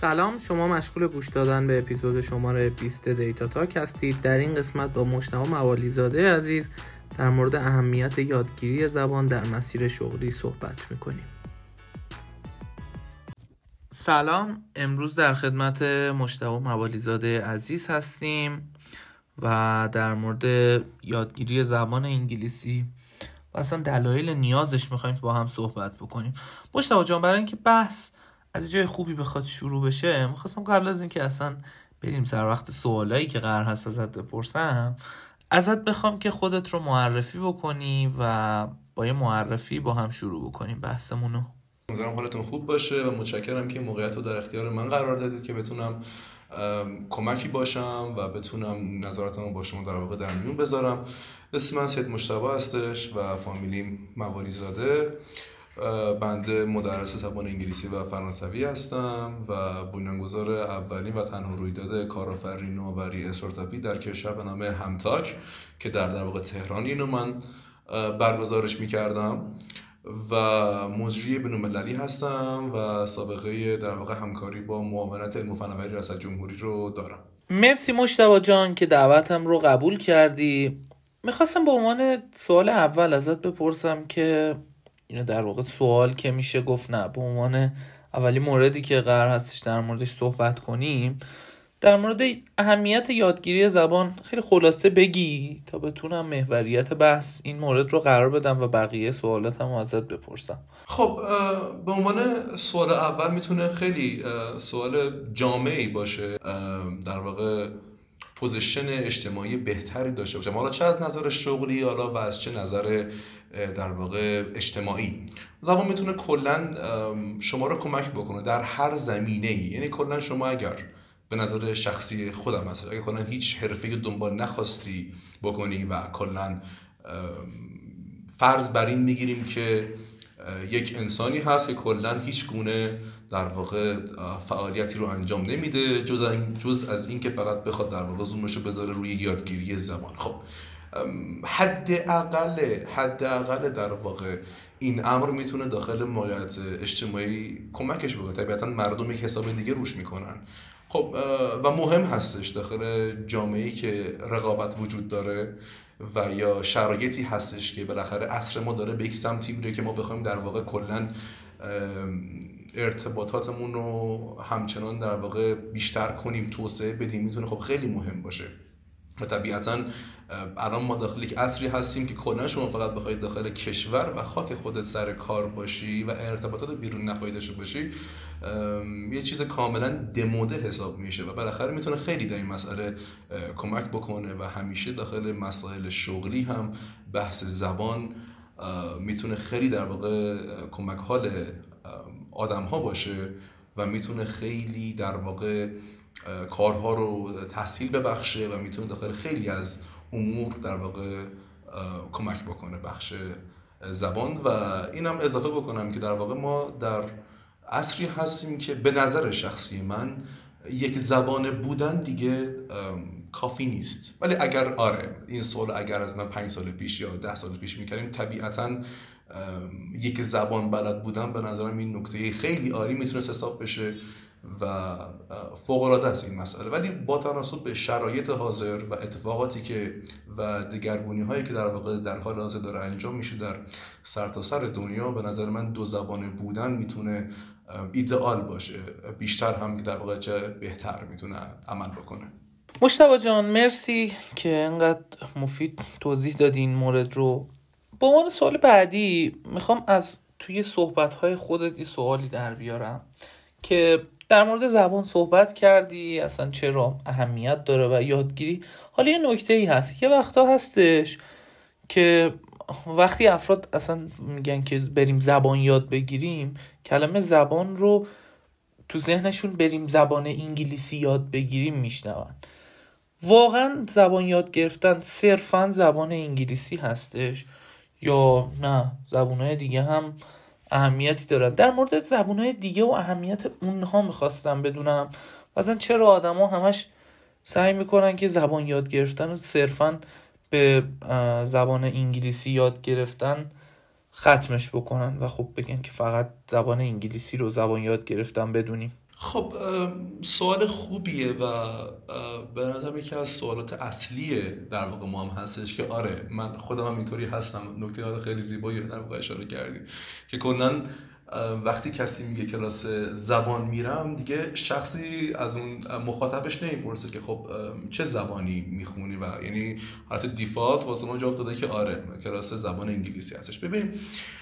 سلام، شما مشغول گوش دادن به اپیزود شماره 20 دیتا تاک هستید. در این قسمت با مجتبی موالیزاده عزیز در مورد اهمیت یادگیری زبان در مسیر شغلی صحبت میکنیم. سلام، امروز در خدمت مجتبی موالیزاده عزیز هستیم و در مورد یادگیری زبان انگلیسی و اصلا دلایل نیازش میخوایم با هم صحبت بکنیم. مجتبی جان، برای اینکه بحث از جای خوبی بخواد شروع بشه، میخواستم قبل از اینکه اصلا بریم سر وقت سوالایی که قرار هست ازت بپرسم، ازت بخوام که خودت رو معرفی بکنی و با یه معرفی با هم شروع بکنیم بحثمونو. امیدوارم حالتون خوب باشه و متشکرم که این موقعیت رو در اختیار من قرار دادید که بتونم کمکی باشم و بتونم نظراتمو با شما در واقع در میون بذارم. اسم من سید مجتبی هستش و فامیلیم موالیزاده. بنده مدرس زبان انگلیسی و فرانسوی هستم و بنیانگذار اولین و تنها رویداد کارآفرینی نوآوری استارتاپی در کشور به نام همتاک که در واقع تهران اینو من برگزارش میکردم و مجری بین‌المللی هستم و سابقه در واقع همکاری با معاونت علم و فناوری ریاست جمهوری رو دارم. مرسی مجتبی جان که دعوتم رو قبول کردی. میخواستم به عنوان سوال اول ازت بپرسم که اینو در واقع سوال که میشه گفت نه، به عنوان اولی موردی که قرار هستش در موردش صحبت کنیم، در مورد اهمیت یادگیری زبان خیلی خلاصه بگی تا بتونم محوریت بحث این مورد رو قرار بدم و بقیه سوالاتم رو ازت بپرسم. خب به عنوان سوال اول میتونه خیلی سوال جامعی باشه، در واقع پوزیشن اجتماعی بهتری داشته باشه، حالا چه از نظر شغلی حالا و از چه نظر در واقع اجتماعی. زبان میتونه کلا شما رو کمک بکنه در هر زمینه‌ای. یعنی کلا شما اگر به نظر شخصی خودم مثلا اگر کلا هیچ حرفه‌ای دنبال نخواستی بکنی و کلا فرض بر این میگیریم که یک انسانی هست که کلا هیچ گونه در واقع فعالیتی رو انجام نمیده جز از این که فقط بخواد در واقع زومش رو بذاره روی یادگیری زبان. خب حداقل در واقع این امر میتونه داخل موقعیت اجتماعی کمکش بکنه. طبیعتا مردم یک حساب دیگه روش میکنن. خب و مهم هستش داخل جامعه‌ای که رقابت وجود داره و یا شرایطی هستش که بالاخره عصر ما داره به یک سمتی میره که ما بخوایم در واقع کلا ارتباطاتمون رو همچنان در واقع بیشتر کنیم، توسعه بدیم، میتونه خب خیلی مهم باشه. و طبیعتاً الان ما داخل یک عصری هستیم که کلا شما فقط بخواید داخل کشور و خاک خودت سر کار باشی و ارتباطات بیرون نخواهی داشته باشی، یه چیز کاملا دموده حساب میشه و بالاخره میتونه خیلی در این مسئله کمک بکنه و همیشه داخل مسائل شغلی هم بحث زبان میتونه خیلی در واقع کمک حال آدم ها باشه و میتونه خیلی در واقع کارها رو تسهیل ببخشه و میتونه داخل خیلی از امور در واقع کمک بکنه بخش زبان. و اینم اضافه بکنم که در واقع ما در عصری هستیم که به نظر شخصی من یک زبان بودن دیگه کافی نیست. ولی اگر این سوال اگر از من 5 سال پیش یا 10 سال پیش میکردیم، طبیعتاً یک زبان بلد بودن به نظرم این نکته خیلی عالی میتونه حساب بشه و فوق‌العاده است این مسئله. ولی با تناسب به شرایط حاضر و اتفاقاتی که و دگرگونی‌هایی که در واقع در حال حاضر داره انجام میشه در سرتاسر دنیا، به نظر من 2 زبانه بودن میتونه ایدئال باشه، بیشتر هم که در واقع چه بهتر میتونه عمل بکنه. مجتبی جان مرسی که انقدر مفید توضیح دادی این مورد رو. به عنوان سوال بعدی میخوام از توی صحبت‌های خودت یه سوالی در بیارم که در مورد زبان صحبت کردی، اصلا چرا اهمیت داره و یادگیری. حالا یه نکته‌ای هست، یه وقتا هستش که وقتی افراد اصلا میگن که بریم زبان یاد بگیریم، کلمه زبان رو تو ذهنشون بریم زبان انگلیسی یاد بگیریم میشنون. واقعا زبان یاد گرفتن صرفا زبان انگلیسی هستش یا نه زبان‌های دیگه هم اهمیتی دارن؟ در مورد زبان‌های دیگه و اهمیت اونها میخواستم بدونم مثلا چرا آدما همش سعی میکنن که زبان یاد گرفتن رو صرفا به زبان انگلیسی یاد گرفتن ختمش بکنن و خب بگن که فقط زبان انگلیسی رو زبان یاد گرفتن بدونیم. خب سوال خوبیه و به نظرم یکی از سوالات اصلیه در واقع ما هم هستش که آره من خودم هم اینطوری هستم. نکته خیلی زیبایی در واقع اشاره کردی که کلا وقتی کسی میگه کلاس زبان میرم دیگه شخصی از اون مخاطبش نمیپرسه که خب چه زبانی میخونی و یعنی حالت دیفالت واسه ما جا افتاده که آره کلاس زبان انگلیسی هستش. ببین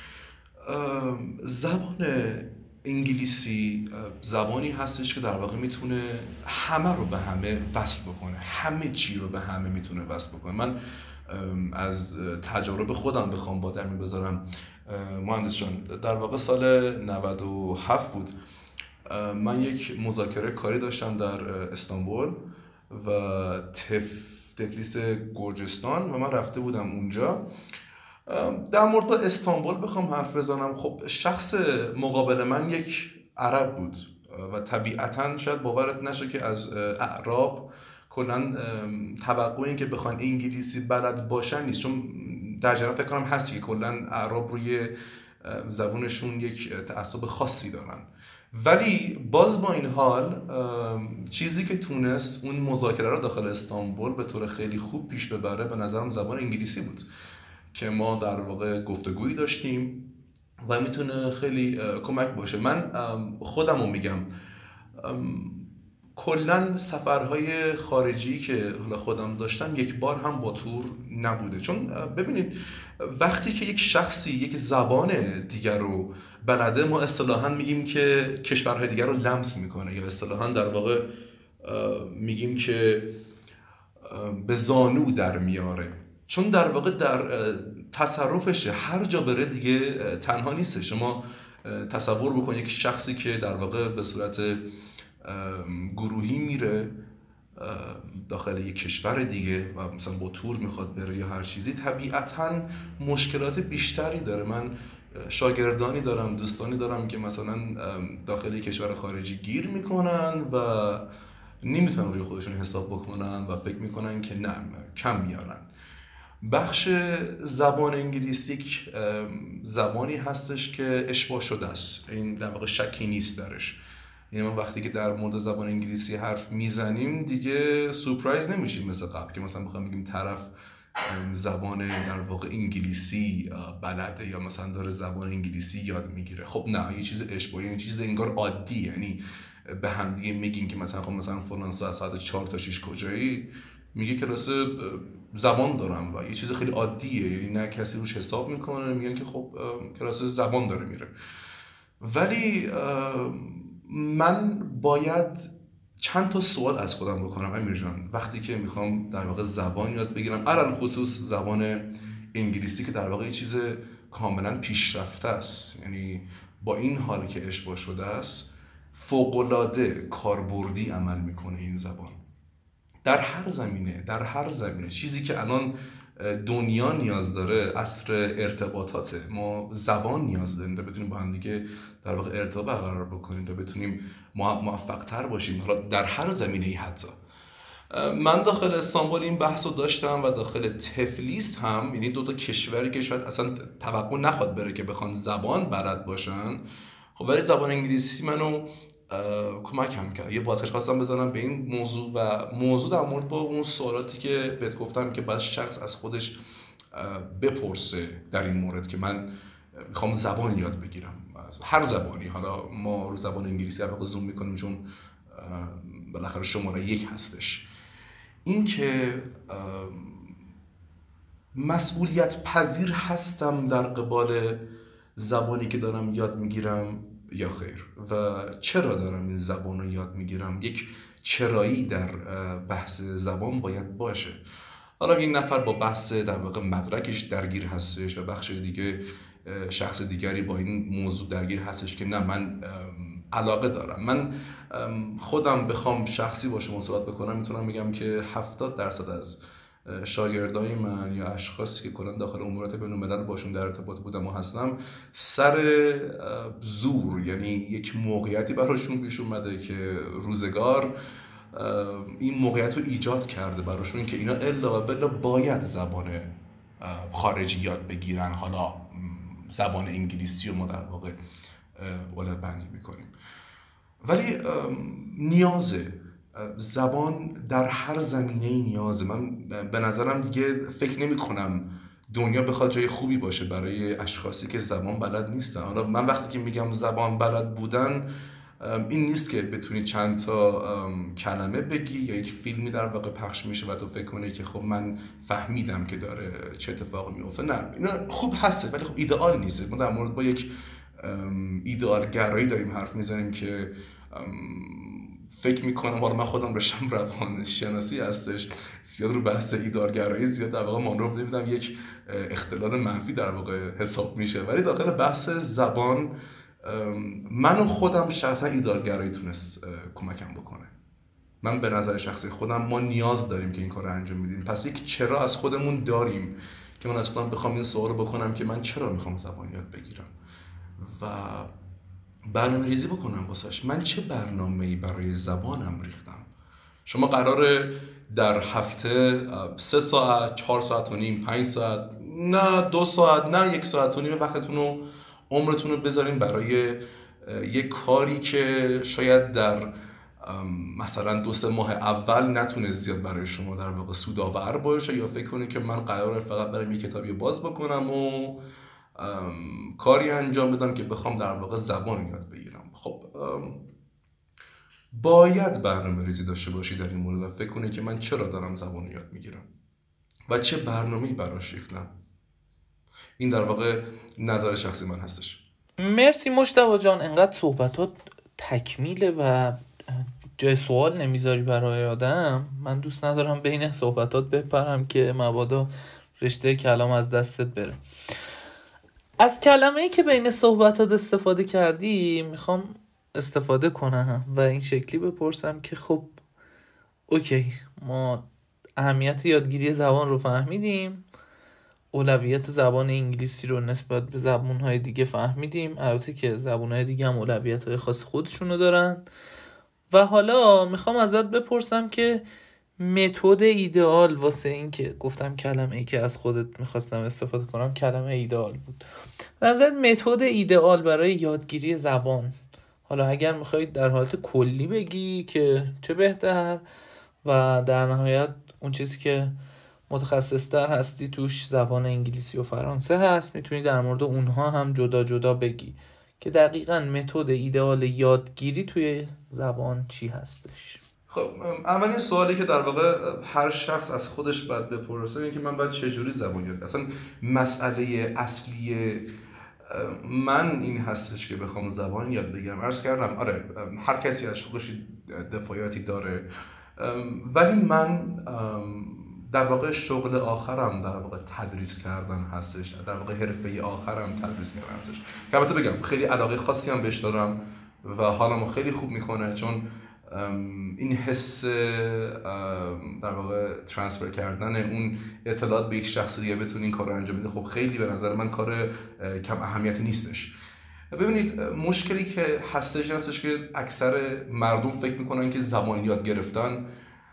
زبان انگلیسی زبانی هستش که در واقع میتونه همه رو به همه وصل بکنه، همه چی رو به همه میتونه وصل بکنه. من از تجارب خودم بخوام با در بذارم مهندس جان، در واقع سال 97 بود من یک مذاکره کاری داشتم در استانبول و تفلیس گرجستان و من رفته بودم اونجا. در مورد استانبول بخوام حرف بزنم، خب شخص مقابل من یک عرب بود و طبیعتاً شاید باورت نشه که از اعراب کلا توقع این که بخوان انگلیسی بلد باشن نیست، چون در جریان فکر کنم هست که کلا اعراب روی زبونشون یک تعصب خاصی دارن. ولی باز با این حال چیزی که تونست اون مذاکره رو داخل استانبول به طور خیلی خوب پیش ببره به نظرم زبان انگلیسی بود که ما در واقع گفتگویی داشتیم و میتونه خیلی کمک باشه. من خودم رو میگم کلا سفرهای خارجی که حالا خودم داشتم یک بار هم با تور نبوده، چون ببینید وقتی که یک شخصی یک زبان دیگر رو بلده ما اصطلاحاً میگیم که کشورهای دیگر رو لمس میکنه یا اصطلاحاً در واقع میگیم که به زانو در میاره، چون در واقع در تصرفشه، هر جا بره دیگه تنها نیست. شما تصور بکنید یک شخصی که در واقع به صورت گروهی میره داخل یک کشور دیگه و مثلا با تور میخواد بره یا هر چیزی، طبیعتاً مشکلات بیشتری داره. من شاگردانی دارم، دوستانی دارم که مثلا داخل یک کشور خارجی گیر میکنن و نمیتونن روی خودشون حساب بکنن و فکر میکنن که نه کم میارن. بخش زبان انگلیسی یک زبانی هستش که اشباع شده است، این در واقع شکی نیست درش. یعنی ما وقتی که در مورد زبان انگلیسی حرف میزنیم دیگه سورپرایز نمیشیم مثل قبل که مثلا بخوام بگیم طرف زبان در واقع انگلیسی بلده یا مثلا داره زبان انگلیسی یاد میگیره. خب نه، یه چیز اشباعی، یه چیز انگار عادی، یعنی به هم دیگه میگیم که مثلا خب مثلا فلان ساعت 4 تا 6 کجایی، میگه کلاس زبان دارم و یه چیز خیلی عادیه، یعنی نه کسی روش حساب میکنه، میگن که خب کلاس زبان داره میره. ولی من باید چند تا سوال از خودم بکنم امیر جان وقتی که میخوام در واقع زبان یاد بگیرم، علل خصوص زبان انگلیسی که در واقع یه چیز کاملا پیشرفته است، یعنی با این حالی که اشباع شده است فوق‌العاده کاربردی عمل میکنه این زبان در هر زمینه، در هر زمینه. چیزی که الان دنیا نیاز داره عصر ارتباطاته، ما زبان نیاز داریم تا بتونیم با هم دیگه در واقع ارتباط برقرار بکنیم، تا بتونیم موفق تر باشیم، حالا در هر زمینه ای. حتی من داخل استانبول این بحث رو داشتم و داخل تفلیس هم، یعنی دو تا کشوری که شاید اصلا توقع نخواد بره که بخوان زبان بلد باشن، خب ولی زبان انگلیسی منو کمک هم کرد. یه بازگشت خواستم بزنم به این موضوع و موضوع در مورد با اون سوالاتی که بهت گفتم که باید شخص از خودش بپرسه در این مورد که من میخوام زبان یاد بگیرم، هر زبانی. حالا ما رو زبان انگلیسی هم زوم میکنیم چون بالاخره شماره 1 هستش. این که مسئولیت پذیر هستم در قبال زبانی که دارم یاد میگیرم یا خیر، و چرا دارم این زبان رو یاد میگیرم. یک چرایی در بحث زبان باید باشه. حالا یک نفر با بحث در واقع مدرکش درگیر هستش و بخش دیگه شخص دیگری با این موضوع درگیر هستش که نه من علاقه دارم. من خودم بخوام شخصی با شما صحبت بکنم میتونم بگم که 70% از شاگردای من یا اشخاصی که کلا داخل امورات بین‌الملل باشون در ارتباط بودم و هستم سر زور، یعنی یک موقعیتی براشون پیش اومده که روزگار این موقعیت رو ایجاد کرده براشون که اینا الا و بلا باید زبان خارجی یاد بگیرن. حالا زبان انگلیسی رو ما در واقع اولویت بندی میکنیم. ولی نیازه، زبان در هر زمینه نیازه. من به نظرم دیگه فکر نمی کنم دنیا بخواد جای خوبی باشه برای اشخاصی که زبان بلد نیستن. حالا من وقتی که میگم زبان بلد بودن، این نیست که بتونی چند تا کلمه بگی یا یک فیلمی در واقع پخش میشه و تو فکر کنی که خب من فهمیدم که داره چه اتفاقی میفته. نه، اینا خوب هسته ولی خب ایدئال نیست. ما در مورد با یک ایدئال گرایی داریم حرف میزنیم که فکر میکنم، حالا من خودم رشتم روان شناسی هستش، زیاد رو بحث ایدئالگرایی زیاد در واقع مانور نمیدم، یک اختلال منفی در واقع حساب میشه. ولی داخل بحث زبان من و خودم شخصا ایدئالگرایی تونست کمکم بکنه. من به نظر شخصی خودم ما نیاز داریم که این کار رو انجام میدیم. پس یک چرا از خودمون داریم که من از خودم بخوام این سوال بکنم که من چرا میخوام زبان یاد بگیرم و برنامه ریزی بکنم واسش. من چه برنامه‌ای برای زبانم ریختم؟ شما قراره در هفته 3 ساعت، 4 ساعت و نیم، 5 ساعت، نه 2 ساعت، نه 1 ساعت و نیم وقتتون رو، عمرتون رو بذارین برای یک کاری که شاید در مثلا 2-3 ماه اول نتونه زیاد برای شما در واقع سودآور باشه، یا فکر کنید که من قراره فقط برم یک کتابی باز بکنم و کاری انجام بدم که بخوام در واقع زبان یاد بگیرم. خب باید برنامه ریزی داشته باشی در این مورد و فکر کنی که من چرا دارم زبان یاد میگیرم و چه برنامه‌ای براش ریختم. این در واقع نظر شخصی من هستش. مرسی مجتبی جان، انقدر صحبتات تکمیله و جای سوال نمیذاری برای آدم. من دوست ندارم بین صحبتات بپرم که مبادا رشته کلام از دستت بره. از کلمه‌ای که بین صحبتات استفاده کردی میخوام استفاده کنم و این شکلی بپرسم که خب اوکی، ما اهمیت یادگیری زبان رو فهمیدیم، اولویت زبان انگلیسی رو نسبت به زبان‌های دیگه فهمیدیم، البته که زبان‌های دیگه هم اولویت‌های خاص خودشونو دارن، و حالا میخوام ازت بپرسم که متد ایدئال واسه این که گفتم کلمه ای که از خودت میخواستم استفاده کنم کلمه ایدئال بود، و ازت متد ایدئال برای یادگیری زبان، حالا اگر میخواید در حالت کلی بگی که چه بهتر، و در نهایت اون چیزی که متخصص‌تر هستی توش زبان انگلیسی و فرانسه هست، میتونی در مورد اونها هم جدا جدا بگی که دقیقاً متد ایدئال یادگیری توی زبان چی هستش. خب اولین سوالی که در واقع هر شخص از خودش باید بپرسه اینه که من باید چجوری زبان یاد. اصلا مسئله اصلی من این هستش که بخوام زبان یاد بگیرم. عرض کردم آره هر کسی از خودش دفاعاتی داره، ولی من در واقع شغل آخرم در واقع تدریس کردن هستش، در واقع حرفه آخرم تدریس کردن هستش که البته بگم خیلی علاقه خاصی هم بهش دارم و حالمو خیلی خوب میکنه، چون این حس در واقع ترانسفر کردن اون اطلاعات به یک شخص دیگه بتونه این کار رو انجام بده، خب خیلی به نظر من کار کم اهمیتی نیستش. ببینید مشکلی که هستش هستش که اکثر مردم فکر میکنن که زبان یاد گرفتن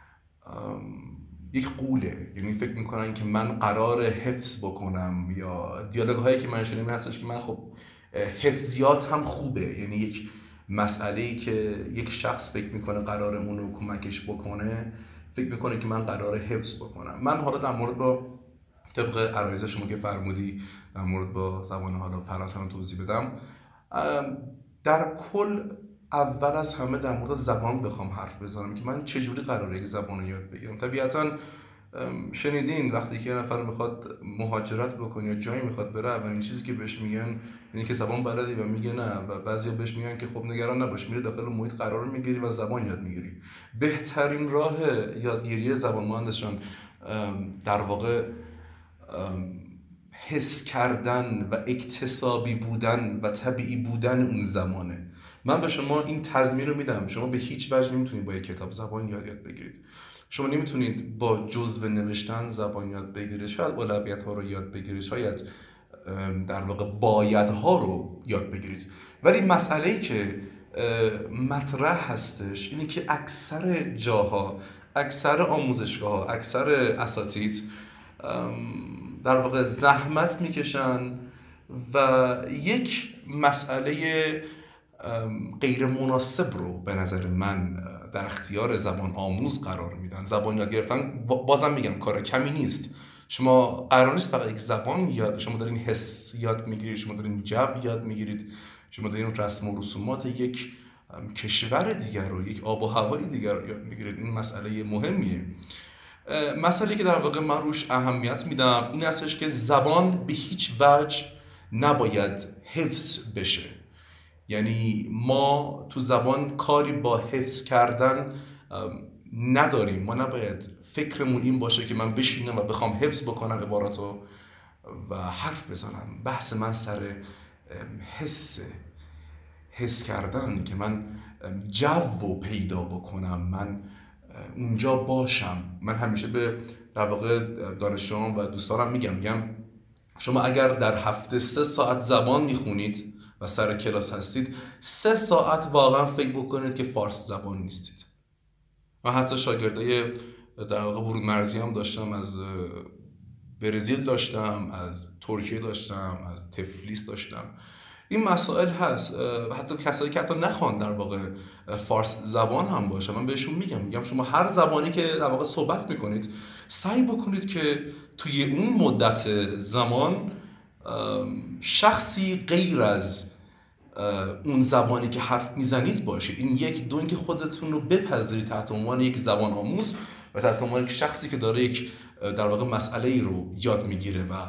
یک قوله، یعنی فکر میکنن که من قرار حفظ بکنم، یا دیالوگ هایی که من شنیدم هستش که من خب حفظیات هم خوبه، یعنی یک مسئله‌ای که یک شخص فکر میکنه قرار اون رو کمکش بکنه، فکر میکنه که من قرار حفظ بکنم. من حالا در مورد با طبق عرایض شما که فرمودی در مورد با زبان حالا فرانسه هم توضیح بدم، در کل اول از همه در مورد زبان بخوام حرف بزنم که من چجوری قراره یک زبان رو یاد بگیرم. طبیعتاً شنیدین وقتی که یه نفر میخواد مهاجرت بکنه یا جایی میخواد بره، اولین چیزی که بهش میگن اینه که زبان بلدی و میگه نه، و بعضیا بهش میگن که خب نگران نباش، میری داخل محیط قرار میگیری و زبان یاد میگیری. بهترین راه یادگیری زبان مهندسان در واقع حس کردن و اکتسابی بودن و طبیعی بودن اون زمانه. من به شما این تضمین رو میدم، شما به هیچ وجه نمیتونید با یک کتاب زبان یاد بگیرید. شما نمیتونید با جزو نوشتن زبان یاد بگیرید. شاید اولویت ها رو یاد بگیرید، شاید در واقع باید ها رو یاد بگیرید، ولی مسئله‌ای که مطرح هستش اینه که اکثر جاها، اکثر آموزشگاه ها، اکثر اساتید در واقع زحمت میکشن و یک مسئله غیر مناسب رو به نظر من در اختیار زبان آموز قرار میدن. زبان یاد گرفتن بازم میگم کار کمی نیست. شما قرار نیست فقط یک زبان یاد، شما دارین حس یاد میگیرید، شما دارین جو یاد میگیرید، شما دارین رسم و رسومات یک کشور دیگر رو، یک آب و هوای دیگر رو یاد میگیرید. این مسئله مهمیه. مسئله که در واقع من روش اهمیت میدم این هستش که زبان به هیچ وجه نباید حفظ بشه. یعنی ما تو زبان کاری با حفظ کردن نداریم. ما نباید فکرمون این باشه که من بشینم و بخوام حفظ بکنم عباراتو و حرف بزنم. بحث من سر حس کردن که من جو پیدا بکنم، من اونجا باشم. من همیشه به در واقع دانشجویان و دوستانم میگم شما اگر در هفته 3 ساعت زبان میخونید و سر کلاس هستید، 3 ساعت واقعا فکر بکنید که فارس زبان نیستید. من حتی شاگردای در واقع ورود مرزی هم داشتم، از برزیل داشتم، از ترکیه داشتم، از تفلیس داشتم. این مسائل هست. حتی کسایی که حتی نخوان در واقع فارس زبان هم باشه، من بهشون میگم شما هر زبانی که در واقع صحبت میکنید سعی بکنید که توی اون مدت زمان شخصی غیر از اون زبانی که حرف میزنید باشید. این یک. دو اینکه خودتون رو بپذیرید تحت عنوان یک زبان آموز و تحت عنوان یک شخصی که داره یک در واقع مسئله ای رو یاد میگیره و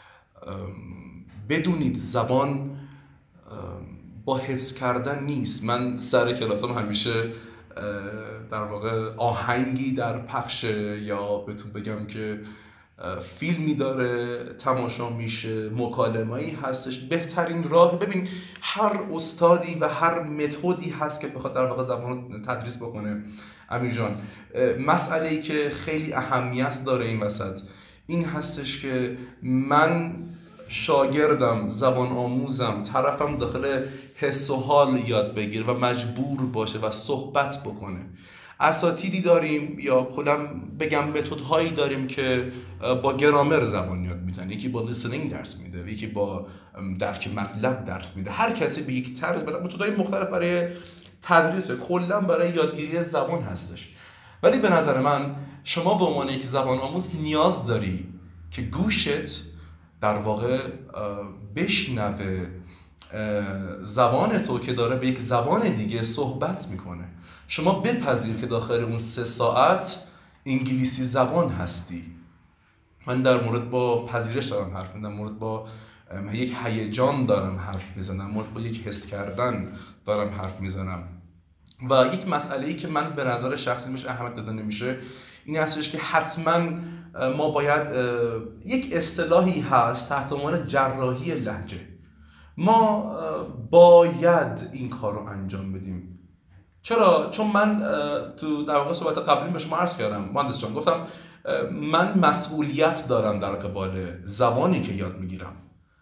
بدونید زبان با حفظ کردن نیست. من سر کلاسام همیشه در واقع آهنگی در پخش یا بهتون بگم که فیلمی داره تماشا میشه، مکالمه‌ای هستش. بهترین راه، ببین هر استادی و هر متدی هست که بخواد در واقع زبان تدریس بکنه. امیر جان، مسئله‌ای که خیلی اهمیت داره این وسط این هستش که من شاگردم، زبان آموزم، طرفم داخل حس و حال یاد بگیر و مجبور باشه و صحبت بکنه. اساتیدی داریم یا کلا بگم متدهایی داریم که با گرامر زبان یاد میدن، یکی با لیسنینگ درس میده، یکی با درک مطلب درس میده. هر کسی به یک طرز متدهای مختلف برای تدریس کلا برای یادگیری زبان هستش. ولی به نظر من شما به عنوان یک زبان آموز نیاز داری که گوشت در واقع بشنوه زبان تو که داره به یک زبان دیگه صحبت میکنه. شما بپذیر که داخل اون 3 ساعت انگلیسی زبان هستی. من در مورد با پذیرش دارم حرف میزنم، مورد با یک هیجان دارم حرف میزنم، مورد با یک حس کردن دارم حرف میزنم. و یک مسئله‌ای که من به نظر شخصی میشه اهمیت داده نمیشه این هستش که حتما ما باید یک اصطلاحی هست تحت عنوان جراحی لهجه. ما باید این کار رو انجام بدیم. چرا؟ چون من تو در واقع صحبت قبلی به شما عرض کردم مهندس جان، گفتم من مسئولیت دارم در قبال زبانی که یاد میگیرم.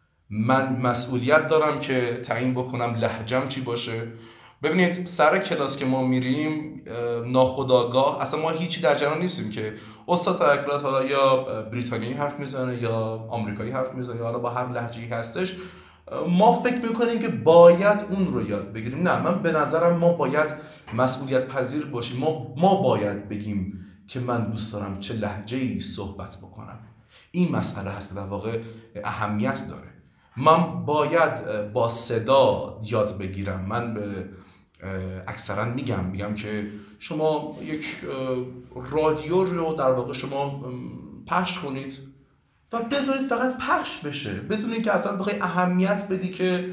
من مسئولیت دارم که تعیین بکنم لهجم چی باشه. ببینید سر کلاس که ما میریم ناخودآگاه اصلا ما هیچی در جریان نیستیم که استاد سر کلاس حالا یا بریتانیایی حرف میزنه یا آمریکایی حرف میزنه یا حالا با هر لهجه‌ای هستش، ما فکر میکنیم که باید اون رو یاد بگیریم. نه، من به نظرم ما باید مسئولیت پذیر باشیم. ما باید بگیم که من دوست دارم چه لهجه‌ای صحبت بکنم. این مسئله هست که در واقع اهمیت داره. من باید با صدا یاد بگیرم. من به اکثرا میگم که شما یک رادیو رو در واقع شما پخش کنید و بذارید فقط پخش بشه بدون اینکه اصلا بخوای اهمیت بدی که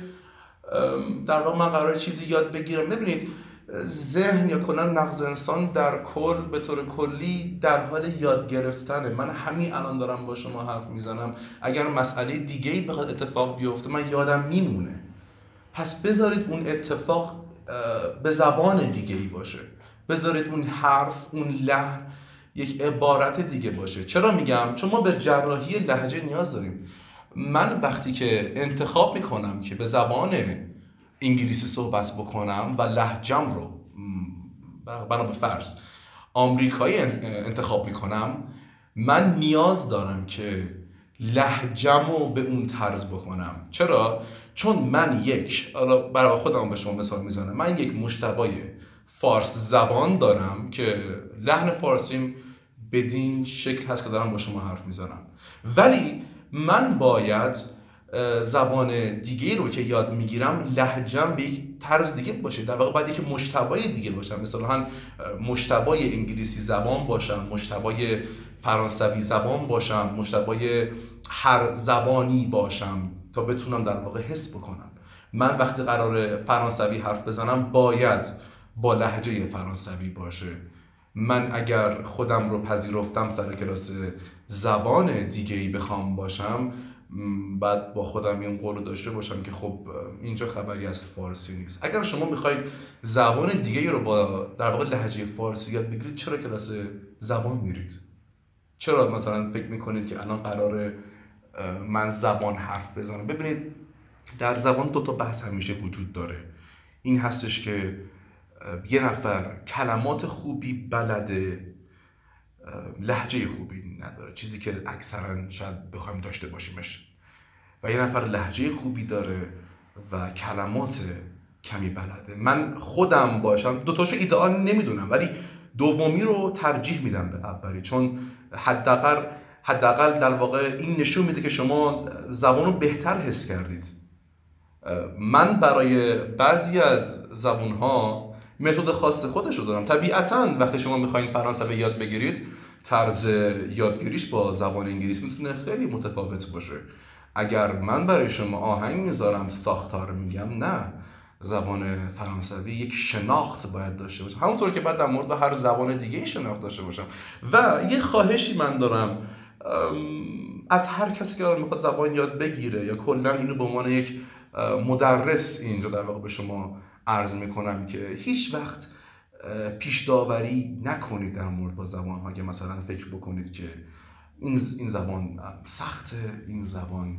در واقع من قراره چیزی یاد بگیرم. ببینید ذهن یا کلا مغز انسان در کل به طور کلی در حال یاد گرفتنه. من همین الان دارم با شما حرف میزنم، اگر مسئله دیگه‌ای بخواد اتفاق بیفته من یادم میمونه. پس بذارید اون اتفاق به زبان دیگه‌ای باشه، بذارید اون حرف، اون لحن یک عبارت دیگه باشه. چرا میگم؟ چون ما به جراحی لهجه نیاز داریم. من وقتی که انتخاب میکنم که به زبان انگلیسی صحبت بکنم و لهجم رو بنا به فرض آمریکایی انتخاب میکنم، من نیاز دارم که لهجه‌مو به اون طرز بکنم. چرا؟ چون من برای خودم به شما مثال میزنم، من یک مشتبای فارس زبان دارم که لحن فارسیم بدین شکل هست که دارم با شما حرف میزنم، ولی من باید زبان دیگه رو که یاد میگیرم لهجه‌م به یک طرز دیگه باشه. در واقع باید یک مشتبای دیگه باشم، مثلا مشتبای انگلیسی زبان باشم، مشتبای فرانسوی زبان باشم، مشتبای هر زبانی باشم تا بتونم در واقع حس بکنم. من وقتی قراره فرانسوی حرف بزنم باید با لهجه فرانسوی باشه. من اگر خودم رو پذیرفتم سر کلاس زبان دیگه‌ای بخوام باشم، بعد با خودم این قول داشته باشم که خب اینجا خبری از فارسی نیست. اگر شما میخواید زبان دیگه‌ای رو با در واقع لهجه فارسی یاد بگیرید، چرا کلاس زبان میرید؟ چرا مثلا فکر میکنید که الان قراره من زبان حرف بزنم؟ ببینید در زبان 2 تا بحث همیشه وجود داره. این هستش که یه نفر کلمات خوبی بلده، لهجه خوبی نداره، چیزی که اکثرا شاید بخوایم داشته باشیمش، و یه نفر لهجه خوبی داره و کلمات کمی بلده. من خودم باشم 2 تاشو ایدئال نمیدونم، ولی دومی رو ترجیح میدم به اولی، چون حداقل در واقع این نشون میده که شما زبان رو بهتر حس کردید. من برای بعضی از زبان‌ها متد خاص خودش رو دارم. طبیعتاً وقتی شما میخواین فرانسوی یاد بگیرید، طرز یادگیریش با زبان انگلیسی میتونه خیلی متفاوت باشه. اگر من برای شما آهنگ میذارم ساختار میگم، نه، زبان فرانسوی یک شناخت باید داشته باشه، همونطور که بعد در مورد هر زبان دیگه شناخت داشته باشم. و یه خواهشی من دارم از هر کسی که میخواد زبان یاد بگیره، یا کلا اینو به عنوان یک مدرس اینجا در واقع به شما عرض میکنم که هیچ وقت پیش داوری نکنید در مورد با زبان‌ها که مثلا فکر بکنید که این زبان سخته، این زبان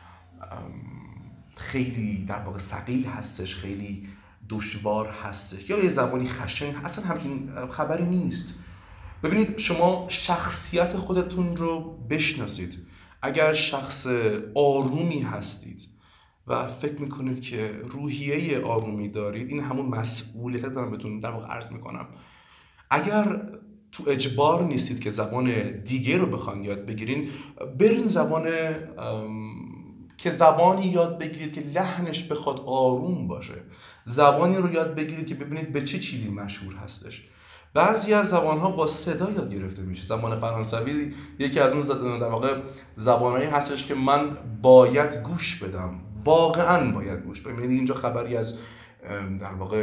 خیلی در واقع ثقیل هستش، خیلی دشوار هستش، یا یه زبانی خشن. اصلا همچین خبری نیست. ببینید شما شخصیت خودتون رو بشناسید. اگر شخص آرومی هستید و فکر میکنید که روحیه آرومی دارید، این همون مسئولیت دارم بهتون در واقع عرض میکنم. اگر تو اجبار نیستید که زبان دیگه رو بخواید یاد بگیرین، برین که زبانی یاد بگیرید که لحنش بخواد آروم باشه. زبانی رو یاد بگیرید که ببینید به چه چیزی مشهور هستش. بعضی از زبان‌ها با صدا یاد گرفته میشه. زبان فرانسوی یکی از اون در واقع زبان‌هایی هستش که من باید گوش بدم، واقعاً باید گوش بدم. یعنی اینجا خبری از در واقع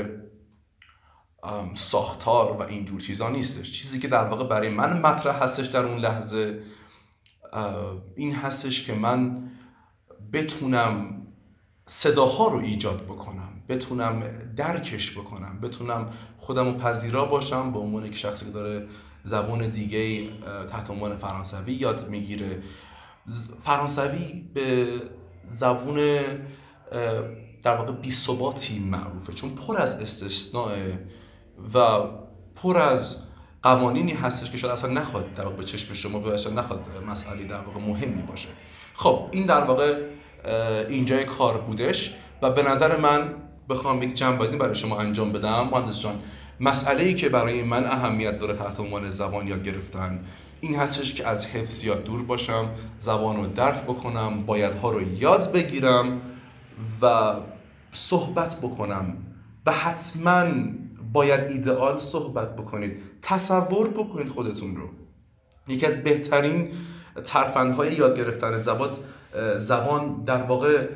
ساختار و اینجور چیزا نیستش. چیزی که در واقع برای من مطرح هستش در اون لحظه این هستش که من بتونم صداها رو ایجاد بکنم، بتونم درکش بکنم، بتونم خودم رو پذیرا باشم به عنوان یک شخصی که داره زبان دیگه تحت عنوان فرانسوی یاد میگیره. فرانسوی به زبون در واقع بی‌ثباتی معروفه، چون پر از استثناء و پر از قوانینی هستش که شاید اصلا نخواد در واقع به چشم شما باشه، نخواد مسئله در واقع مهمی باشه. خب این در واقع اینجای کار بودش و به نظر من بخوام یک جنبندی برای شما انجام بدم، مهندس جان، مسئله‌ای که برای من اهمیت داره تحت عنوان زبان یاد گرفتن این هستش که از حفظیات دور باشم، زبان رو درک بکنم، بایدها رو یاد بگیرم و صحبت بکنم. و حتما باید ایدئال صحبت بکنید. تصور بکنید خودتون رو. یکی از بهترین ترفندهای یاد گرفتن زبان در واقع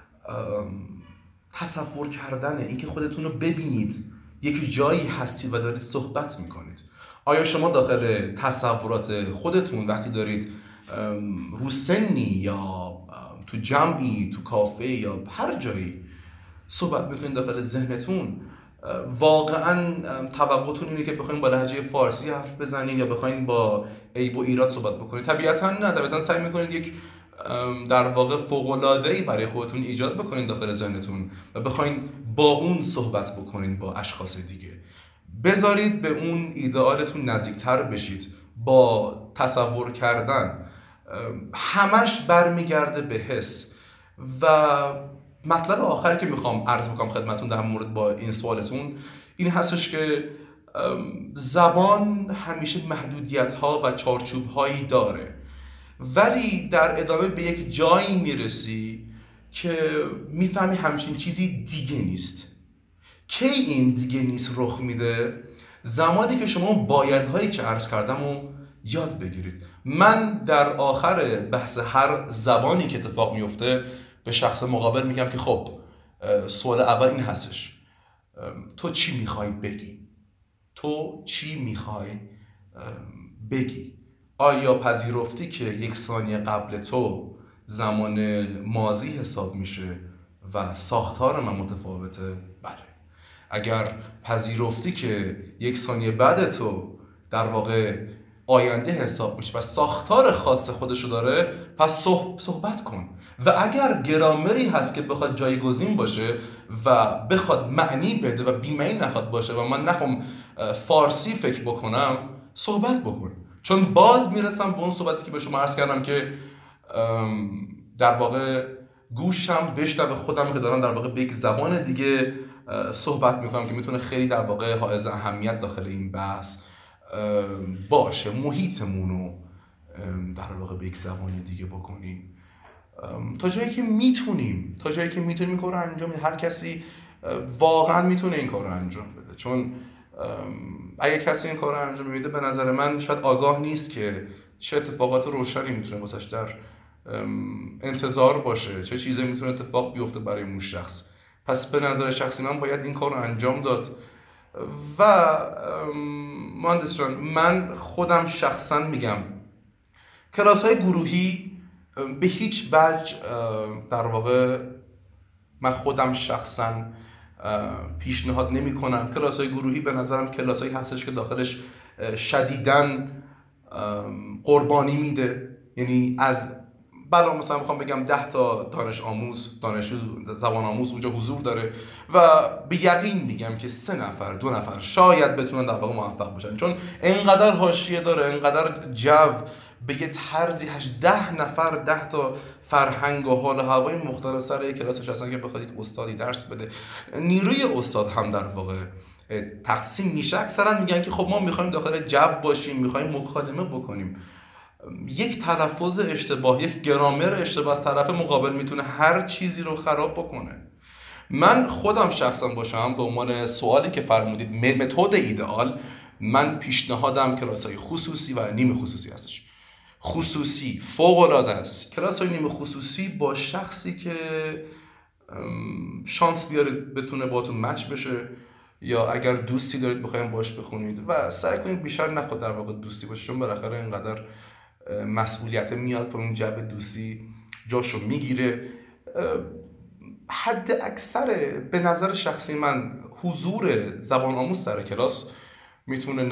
تصور کردنه. اینکه خودتون رو ببینید یک جایی هستید و دارید صحبت میکنید. آیا شما داخل تصورات خودتون وقتی دارید رو سنی یا تو جمعی، تو کافه یا هر جایی صحبت میکنید داخل ذهنتون، واقعا توقعتون اینه که بخواید با لهجه فارسی حرف بزنید یا بخواید با عیب و ایراد صحبت بکنید؟ طبیعتا نه. طبیعتا سعی میکنید یک در واقع فوق‌العاده‌ای برای خودتون ایجاد بکنید داخل ذهنتون و بخواید با اون صحبت بکنید با اشخاص دیگه. بذارید به اون ایدئالتون نزدیکتر بشید با تصور کردن همش برمیگرده به حس. و مطلب آخری که میخوام عرض بکنم خدمتون در مورد با این سوالتون این هستش که زبان همیشه محدودیت ها و چارچوب هایی داره، ولی در ادامه به یک جایی میرسی که میفهمی همچین چیزی دیگه نیست. کی این دیگه نیست رخ میده؟ زمانی که شما بایدهایی که عرض کردم رو یاد بگیرید. من در آخر بحث هر زبانی که اتفاق میفته به شخص مقابل میگم که خب سوال اول این هستش، تو چی میخوای بگی؟ تو چی میخوای بگی؟ آیا پذیرفتی که 1 ثانیه قبل تو زمان ماضی حساب میشه و ساختار من متفاوته؟ بله. اگر پذیرفتی که 1 ثانیه بعد تو در واقع آینده حساب میشه و ساختار خاص خودشو داره، پس صحبت کن. و اگر گرامری هست که بخواد جایگزین باشه و بخواد معنی بده و بی‌معنی نخواد باشه و من نخوام فارسی فکر بکنم، صحبت بکن. چون باز میرسم به اون صحبتی که به شما عرض کردم که در واقع گوشم بشنوه خودم که دارم در واقع به یک زبان دیگه صحبت میکنم که میتونه خیلی در واقع حائز اهمیت داخل این بحث باشه. محیطمونو در واقع به یک زبان دیگه بکنیم تا جایی که میتونیم این کار رو انجام بدیم. هر کسی واقعا میتونه این کار رو انجام بده، چون اگه کسی این کار رو انجام میده به نظر من شاید آگاه نیست که چه اتفاقات روشنی میتونه واسش در انتظار باشه، چه چیزی میتونه اتفاق بیفته برای اون شخص. پس به نظر شخصی من باید این کار رو انجام داد. و مهندس جان، من خودم شخصا میگم کلاس‌های گروهی به هیچ وجه در واقع من خودم شخصا پیشنهاد نمی کنم. کلاس‌های گروهی به نظرم کلاس‌هایی هستش که داخلش شدیداً قربانی میده. یعنی از بلا مثلا میخوام بگم 10 تا دانشجو زبان آموز اونجا حضور داره و به یقین میگم که 3 نفر 2 نفر شاید بتونن در واقع موفق بشن، چون انقدر حاشیه داره، انقدر جو به یه طرزی 10 نفر 10 تا فرهنگ و حال و هوای مختلف سر یک کلاسش هستن که بخواد یک استادی درس بده. نیروی استاد هم در واقع تقسیم میشه. اکثرا میگن که خب ما میخوایم داخل جو باشیم، میخوایم مکالمه بکنیم. یک تلفظ اشتباه، یک گرامر اشتباه از طرف مقابل میتونه هر چیزی رو خراب بکنه. من خودم شخصا باشم به عنوان سوالی که فرمودید متد ایدئال، من پیشنهادم کلاس‌های خصوصی و نیمه خصوصی هستش. خصوصی فوق العاده است. کلاس‌های نیمه خصوصی با شخصی که شانس بیارید بتونه باهاتون مچ بشه، یا اگر دوستی دارید بخواید باش بخونید و سعی کنید بیشتر نخواد در واقع دوستی باشه، چون بالاخره اینقدر مسئولیت میاد به اون جو دوستی جاشو میگیره. حد اکثر به نظر شخصی من حضور زبان آموز سر کلاس میتونه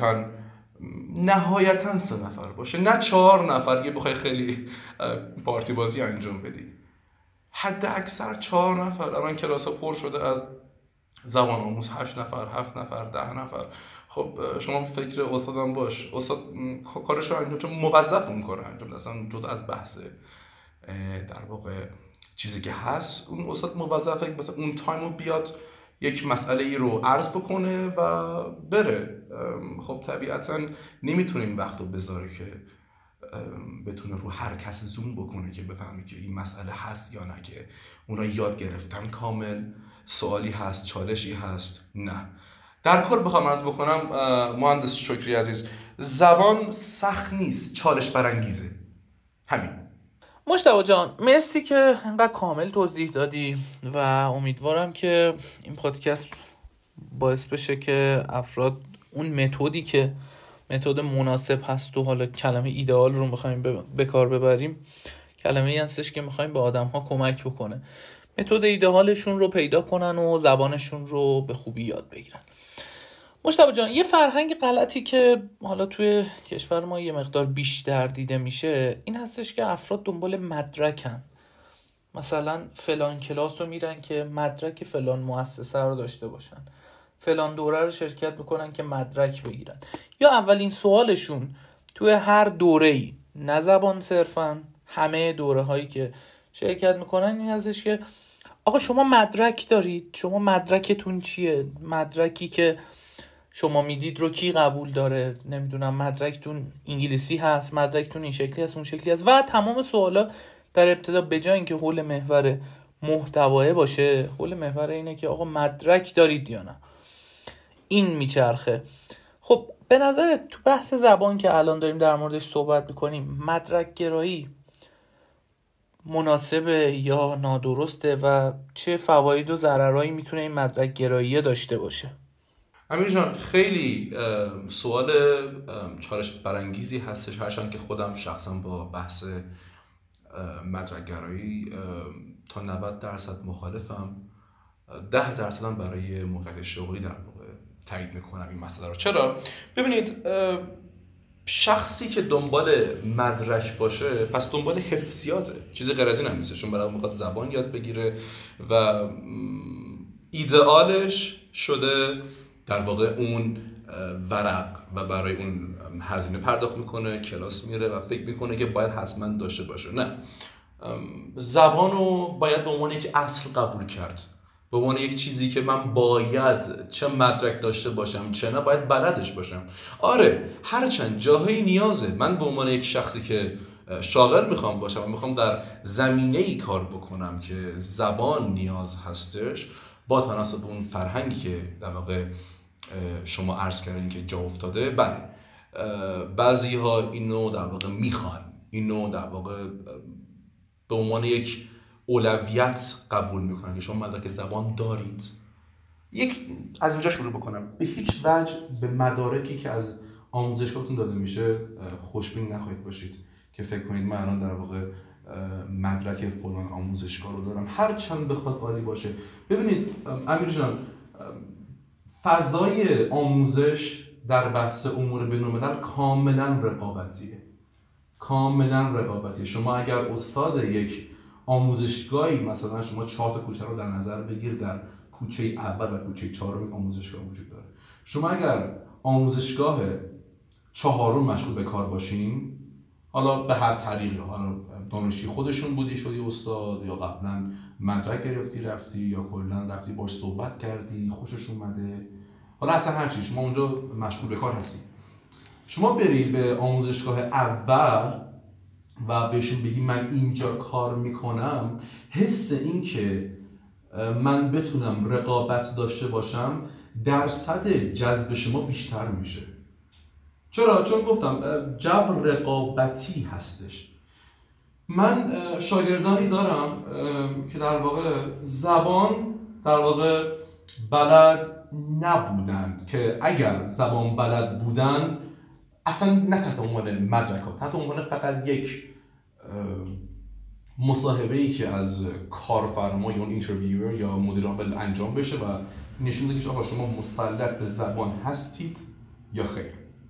نهایتاً 3 نفر باشه، نه 4 نفر که بخوای خیلی پارتی بازی انجام بدی. حد اکثر 4 نفر. الان کلاس ها پر شده از زبان آموز 8 نفر 7 نفر 10 نفر. خب شما فکر استادم باش، استاد کارش رو انجام، چون موظف اون کار انجام، اصلا جدا از بحث در واقع چیزی که هست، اون استاد موظفه مثلا اون تایم رو بیاد یک مسئله ای رو عرض بکنه و بره. خب طبیعتا نمیتونه این وقت رو بذاره که بتونه رو هر کس زوم بکنه که بفهمی که این مسئله هست یا نه، که اونا یاد گرفتن کامل، سوالی هست، چالشی هست. نه، در کل بخوام عرض بکنم مهندس شکری عزیز، زبان سخت نیست، چالش برانگیزه. همین. مجتبی جان مرسی که انقدر کامل توضیح دادی و امیدوارم که این پادکست باعث بشه که افراد اون متدی که متد مناسب هست و حالا کلمه ایدئال رو می‌خوایم به کار ببریم، کلمه‌ای هستش که می‌خوایم به آدم‌ها کمک بکنه، متد ایدئالشون رو پیدا کنن و زبانشون رو به خوبی یاد بگیرن. مجتبی جان، یه فرهنگ غلطی که حالا توی کشور ما یه مقدار بیشتر دیده میشه این هستش که افراد دنبال مدرکن. مثلا فلان کلاس رو میرن که مدرک فلان مؤسسه رو داشته باشن، فلان دوره رو شرکت میکنن که مدرک بگیرن، یا اولین سوالشون توی هر دوره‌ای نه زبان صرفا، همه دوره هایی که شرکت میکنن این هستش که آقا شما مدرک دارید، شما مدرکتون چیه؟ مدرکی که شما میدید رو کی قبول داره؟ نمیدونم مدرکتون انگلیسی هست، مدرکتون این شکلی هست، اون شکلی هست و تمام سوالا در ابتدا به جای اینکه حول محور محتواه باشه، حول محور اینه که آقا مدرک دارید یا نه. این میچرخه. خب به نظر تو بحث زبان که الان داریم در موردش صحبت میکنیم، مدرک گرایی مناسبه یا نادرسته و چه فواید و ضررهایی میتونه این مدرک گرایی داشته باشه؟ امیر جان، خیلی سوال چالش برانگیزی هستش، هرچند که خودم شخصا با بحث مدرک گرایی تا 90% مخالفم. 10% هم برای موقعیت شغلی در واقع تایید میکنم این مسئله رو. چرا؟ ببینید، شخصی که دنبال مدرک باشه پس دنبال حفظیاته، چیزی غیر از این هم نیست، چون برای میخواد زبان یاد بگیره و ایدئالش شده در واقع اون ورق و برای اون هزینه پرداخت میکنه، کلاس میره و فکر میکنه که باید حتما داشته باشه. نه، زبان رو باید به عنوان یک اصل قبول کرد، به عنوان یک چیزی که من باید چه مدرک داشته باشم چه نه باید بلدش باشم. آره، هرچند جاهایی نیازه، من به عنوان یک شخصی که شاغل میخوام باشم و میخوام در زمینه‌ای کار بکنم که زبان نیاز هستش، با تناسب اون فرهنگی که در واقع شما عرض کردین که جا افتاده، بله بعضی ها اینو در واقع میخوان، اینو در واقع به عنوان یک اولویت قبول میکنن که شما مدرک زبان دارید. از اینجا شروع بکنم، به هیچ وجه به مدارکی که از آموزشگاهتون داده میشه خوشبین نخواهید باشید که فکر کنید من الان در واقع مدرک فلان آموزشگاه رو دارم، هر چند بخواد عالی باشه. ببینید امیر جان، فضای آموزش در بحث امور بین‌الملل کاملا رقابتیه، کاملا رقابتیه. شما اگر استاد یک آموزشگاهی، مثلا شما 4 تا کوچه رو در نظر بگیر، در کوچه اول و کوچه 4 آموزشگاه وجود داره. شما اگر آموزشگاه 4 مشغول به کار باشین، حالا به هر طریقی، حالا دانشجوی خودشون بودی شدی استاد، یا قبلا مدرک گرفتی رفتی، یا کلا رفتی باش صحبت کردی خوشش اومده، حالا اصلا هر چی، شما اونجا مشغول به کار هستی. شما برید به آموزشگاه اول و بهشون بگی من اینجا کار میکنم، حس این که من بتونم رقابت داشته باشم درصد جذب شما بیشتر میشه. چرا؟ چون گفتم جو رقابتی هستش. من شاگردانی دارم که در واقع زبان در واقع بلد نبودن، که اگر زبان بلد بودن اصلا نه تحت عنوان مدرکات، تحت عنوان فقط یک مصاحبه‌ای که از کارفرما یا اینترویور یا مدیر عامل انجام بشه و نشون بده که آقا شما مسلط به زبان هستید یا خیر.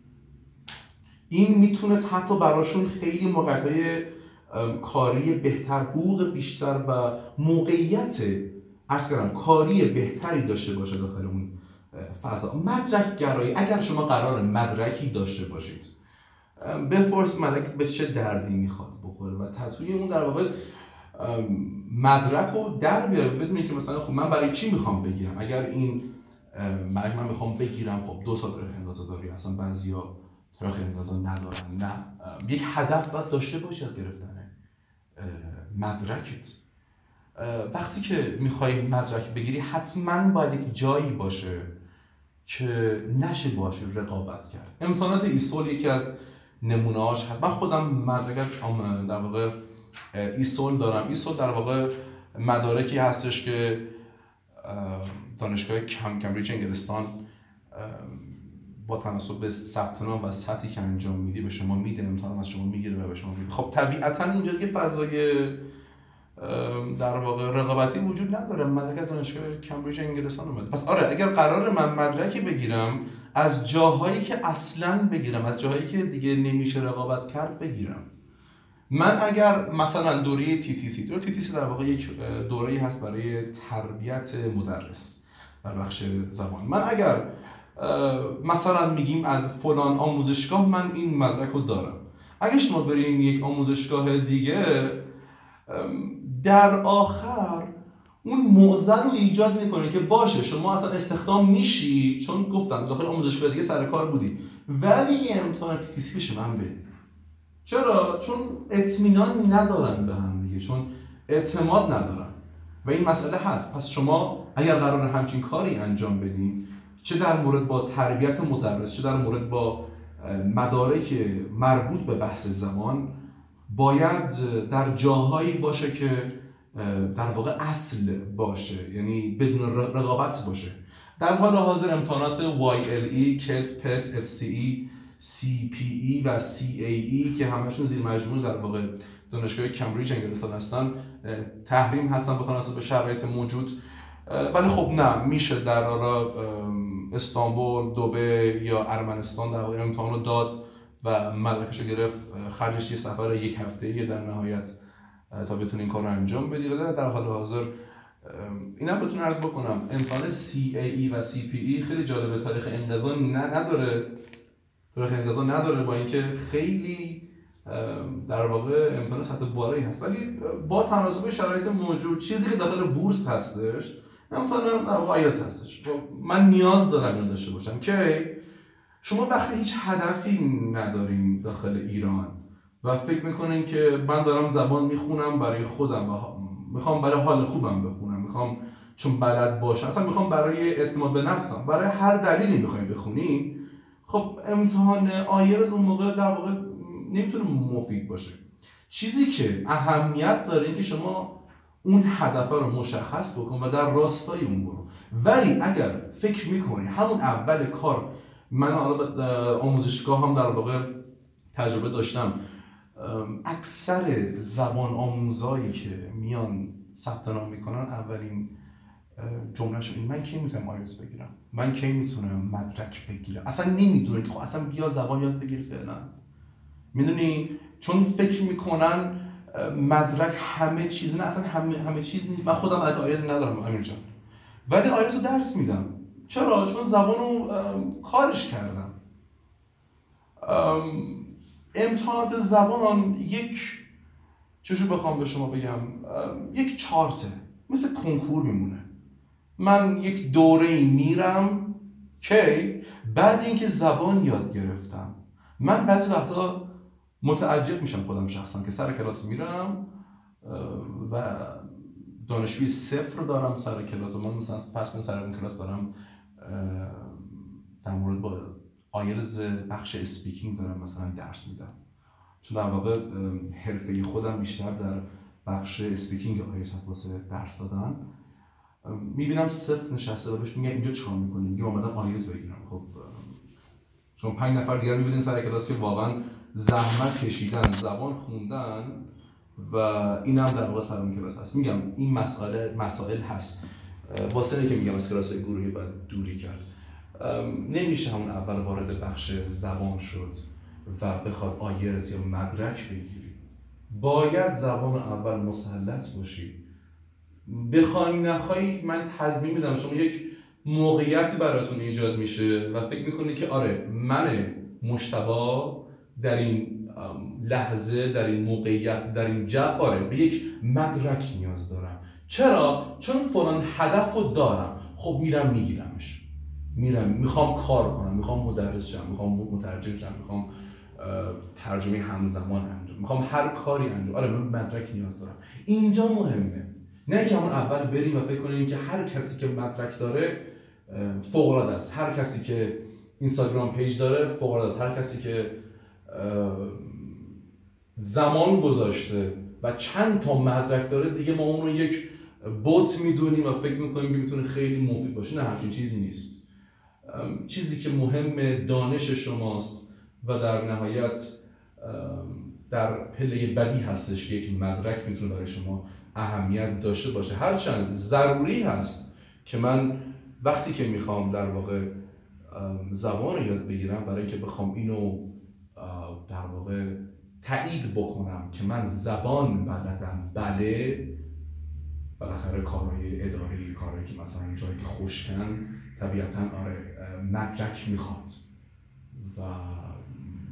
این میتونست حتی براشون خیلی موقعیت‌های کاری بهتر، حقوق بیشتر و موقعیت کاری بهتری داشته باشه داخل اون فضا. مدرک گرایی، اگر شما قرار مدرکی داشته باشید، بپرس مدرک به چه دردی میخواد بخوره و توی اون در واقع مدرک رو در بیاره. بدونید که مثلا خب من برای چی میخوام بگیرم؟ اگر این مدرک من میخوام بگیرم، خب 2 سال تاریخ اندازه داری، اصلا بعضیا تاریخ اندازه ندارن. نه، یک هدف باید داشته باشی از گرفتن مدرکت. وقتی که میخوای مدرک بگیری حتما باید یک جایی باشه که نشه باشه رقابت کرد. امتحانات ایسول یکی از نمونه‌هاش هست. من خودم مدرک در واقع ایسول دارم. ایسول در واقع مدارکی هستش که دانشگاه کمبریج انگلستان با تناسب به ثبت نام و سطحی که انجام میدی به شما میده، امتحان از شما میگیره و به شما میده. خب طبیعتاً اینجا که فضای در واقع رقابتی وجود نداره، مدرک دانشگاه کمبریج انگلستان اومده. پس آره، اگر قرار من مدرکی بگیرم، از جاهایی که اصلاً بگیرم، از جاهایی که دیگه نمیشه رقابت کرد بگیرم. من اگر مثلا دوره TTC در واقع یک دوره‌ای هست برای تربیت مدرس در بخش زبان، من اگر مثلا میگیم از فلان آموزشگاه من این مدرک رو دارم، اگه شما برین یک آموزشگاه دیگه، در آخر اون معضل رو ایجاد میکنه که باشه شما اصلا استخدام میشی، چون گفتم داخل آموزشگاه دیگه سر کار بودی، ولی یه امتحان TTC بشه من بدید. چرا؟ چون اطمینان ندارن به هم دیگه، چون اعتماد ندارن و این مسئله هست. پس شما اگر قرار همچین کاری انجام بدین، چه در مورد با تربیت مدرس، چه در مورد با مدارک مربوط به بحث زبان، باید در جاهایی باشه که در واقع اصل باشه، یعنی بدون رقابت باشه. در حال حاضر امتحانات YLE، KET، PET، FCE، CPE و CAE که همشون زیر مجموعه در واقع دانشگاه کمبریج انگلستان هستن، تحریم هستن به شرایط موجود. ولی خب نه، میشه در حالا استانبول، دبی یا ارمنستان در واقع امتحانو داد و مدرکشو گرفت، خرجش یه سفر 1 هفته‌ای در نهایت تا بتونه این کار رو انجام بدی. و در حال حاضر اینم بتونم عرض بکنم امتحان CAE و CPE خیلی جالبه، تاریخ انقضا نداره، با اینکه خیلی در واقع امتحان سطح بالایی هست، ولی با تناسب شرایط موجود چیزی که داخل بورس هستش امتحان در واقع آیلتس هستش. من نیاز دارم اینو داشته باشم که شما وقتی هیچ هدفی ندارین داخل ایران و فکر میکنین که من دارم زبان میخونم برای خودم و میخوام برای حال خوبم بخونم، میخوام چون بلد باشم، اصلا میخوام برای اعتماد به نفسم، برای هر دلیلی میخواین بخونین، خب امتحان آیلتس اون موقع در واقع نمیتونه مفید باشه. چیزی که اهمیت داره این که شما اون هدف رو مشخص بکن و در راستای اون برو. ولی اگر فکر میکنی همون اول کار، من حالا آموزشگاه هم در واقع تجربه داشتم، اکثر زبان آموزایی که میان ثبت نام میکنن اولین جملهشون این: من کی میتونم آیلتس بگیرم، من کی میتونم مدرک بگیرم. اصلا نمیدونن که خب اصلا بیا زبان یاد بگیر فعلا، میدونی، چون فکر میکنن مدرک همه چیز. نه، اصلا همه چیز نیست. من خودم آیلتس ندارم امیر جان، ولی آیلتس رو درس میدم. چرا؟ چون زبان رو کارش کردم. امتحانات زبان یک چشو بخوام به شما بگم یک چارته، مثل کنکور میمونه. من یک دوره میرم که بعد اینکه زبان یاد گرفتم، من بعضی وقتا متعجب میشم خودم شخصا که سر کلاس میرم و دانشجوی صفر دارم سر کلاس و من مثلا فرض کن سر اون کلاس دارم در مورد با آیلتس بخش اسپیکینگ دارم مثلا درس میدم، چون در واقع حرفه خودم بیشتر در بخش اسپیکینگ آیلتس هست واسه درس دادن. میبینم صفر نشسته و بهش میگه اینجا چیکار میکنی؟ میگه اومدم آیلتس بگیرم. خب چون 5 نفر دیگر میبینین سر کلاس که واقعا زحمت کشیدن، زبان خوندن و این هم در واقع سر اون کلاس هست. میگم این مسائل هست، واسه اینه که میگم از کلاس گروهی باید دوری کرد. نمیشه همون اول وارد بخش زبان شد و بخواد آیلتس یا مدرک بگیری. باید زبان اول مسلط باشی، بخوای نخوای. من تضمین میدم شما یک موقعیتی براتون ایجاد میشه و فکر میکنی که آره من مجتبی در این لحظه، در این موقعیت، در این جو، آره به یک مدرک نیاز دارم. چرا؟ چون فلان هدفو دارم. خب میرم میگیرمش، میخوام کار کنم، میخوام مدرس شم، میخوام مترجم شم، میخوام ترجمه همزمان انجام، میخوام هر کاری انجام. آره من مدرک نیاز دارم. اینجا مهمه، نه که همون اول بریم و فکر کنیم که هر کسی که مدرک داره فوق‌العاده است، هر کسی که اینستاگرام پیج داره فوق‌العاده است، هر کسی که زمان گذاشته و چند تا مدرک داره دیگه ما اون رو یک بوت میدونیم و فکر میکنیم که میتونه خیلی مفید باشه. نه، همچین چیزی نیست. چیزی که مهم دانش شماست و در نهایت در پله بدی هستش که یک مدرک میتونه برای شما اهمیت داشته باشه. هرچند ضروری هست که من وقتی که میخوام در واقع زبان رو یاد بگیرم، برای اینکه بخوام اینو در واقع تایید بکنم که من زبان بلدم، بله بالاخره کارهای اداری، کارهایی که مثلا جایی که خشکن، طبیعتاً آره مدرک میخواد و